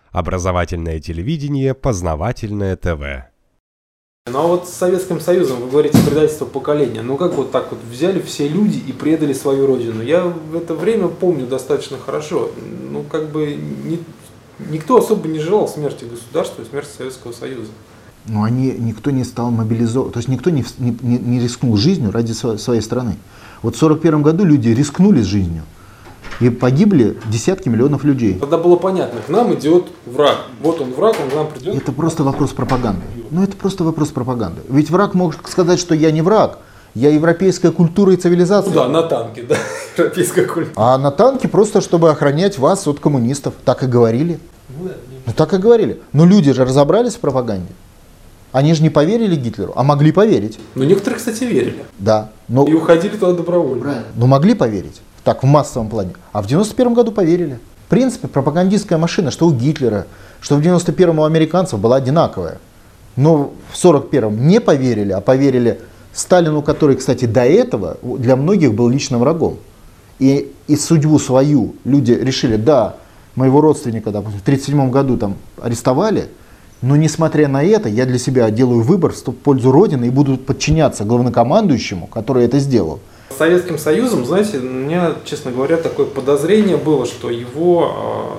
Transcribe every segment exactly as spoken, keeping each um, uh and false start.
Образовательное телевидение, познавательное ТВ. Ну а вот с Советским Союзом, вы говорите, предательство поколения. Ну как вот так вот взяли все люди и предали свою родину? Я в это время помню достаточно хорошо. Ну как бы ни, никто особо не желал смерти государства и смерти Советского Союза. Но они, никто не стал мобилизован, то есть никто не, не, не рискнул жизнью ради своей страны. Вот в сорок первом году люди рискнули жизнью. И погибли десятки миллионов людей. Тогда было понятно, к нам идет враг. Вот он враг, он к нам придет. Это просто вопрос пропаганды. Ну это просто вопрос пропаганды. Ведь враг может сказать, что я не враг, я европейская культура и цивилизация. Ну да, на танке, да, европейская культура. А на танке просто, чтобы охранять вас от коммунистов. Так и говорили. Ну так и говорили. Но люди же разобрались в пропаганде. Они же не поверили Гитлеру, а могли поверить. Но некоторые, кстати, верили. Да. Но... И уходили туда добровольно. Правильно. Но могли поверить. Так, в массовом плане. А в девяносто первом году поверили. В принципе, пропагандистская машина, что у Гитлера, что в девяносто первом у американцев, была одинаковая. Но в сорок первом не поверили, а поверили Сталину, который, кстати, до этого для многих был личным врагом. И, и судьбу свою люди решили, да, моего родственника, допустим, в тридцать седьмом году там арестовали, но несмотря на это, я для себя делаю выбор в пользу Родины и буду подчиняться главнокомандующему, который это сделал. С Советским Союзом, знаете, у меня, честно говоря, такое подозрение было, что его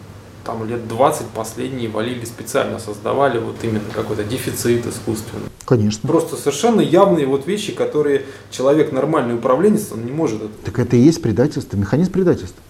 там лет двадцать последние валили специально, создавали вот именно какой-то дефицит искусственный. Конечно. Просто совершенно явные вот вещи, которые человек, нормальный управленец, он не может. Так это и есть предательство, механизм предательства.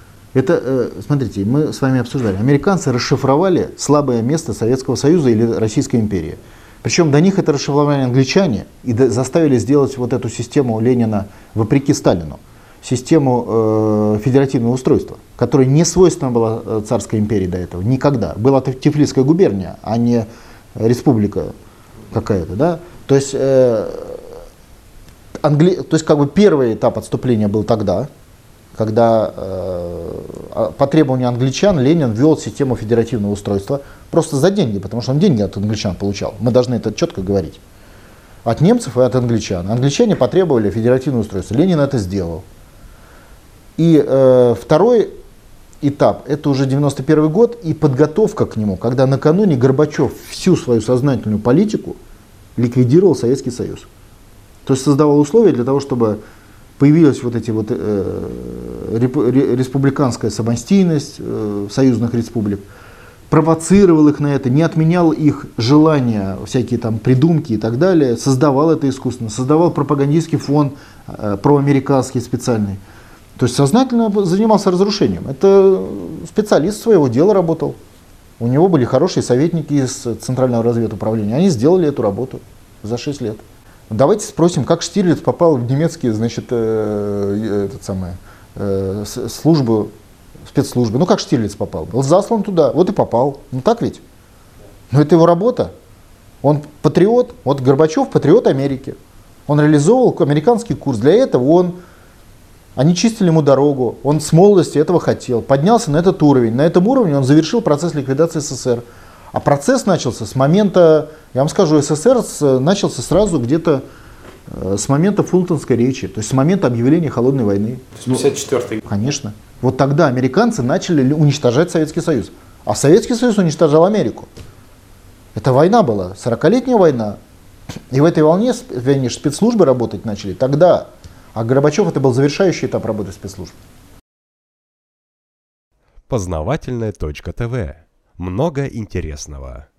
Это, смотрите, мы с вами обсуждали, американцы расшифровали слабое место Советского Союза или Российской империи. Причем до них это расшифровали англичане и заставили сделать вот эту систему Ленина, вопреки Сталину, систему э, федеративного устройства, которая не свойственна была царской империи до этого, никогда. Была Тифлисская губерния, а не республика какая-то, да. То есть, э, англи... То есть как бы первый этап отступления был тогда, когда э, по требованию англичан Ленин ввел систему федеративного устройства просто за деньги, потому что он деньги от англичан получал. Мы должны это четко говорить. От немцев и от англичан. Англичане потребовали федеративное устройство. Ленин это сделал. И э, второй этап, это уже девяносто первый год и подготовка к нему, когда накануне Горбачев всю свою сознательную политику ликвидировал Советский Союз. То есть создавал условия для того, чтобы появилась вот эти вот э, реп, республиканская самостийность э, союзных республик, провоцировал их на это, не отменял их желания, всякие там придумки и так далее, создавал это искусственно, создавал пропагандистский фон э, проамериканский специальный. То есть сознательно занимался разрушением. Это специалист своего дела работал. У него были хорошие советники из Центрального разведуправления. Они сделали эту работу за шесть лет. Давайте спросим, как Штирлиц попал в немецкие, значит, э, этот самый, э, службу, спецслужбы. Ну как Штирлиц попал? Был заслан туда, вот и попал. Ну так ведь? Но это его работа. Он патриот, вот Горбачев патриот Америки. Он реализовывал американский курс. Для этого он, они чистили ему дорогу, он с молодости этого хотел. Поднялся на этот уровень. На этом уровне он завершил процесс ликвидации СССР. А процесс начался с момента, я вам скажу, СССР с, начался сразу где-то э, с момента Фултонской речи, то есть с момента объявления холодной войны. пятьдесят четвёртый. Ну, конечно. Вот тогда американцы начали уничтожать Советский Союз. А Советский Союз уничтожал Америку. Это война была, сорокалетняя война. И в этой волне спецслужбы работать начали тогда. А Горбачев это был завершающий этап работы спецслужб. Познавательное точка ТВ. Много интересного.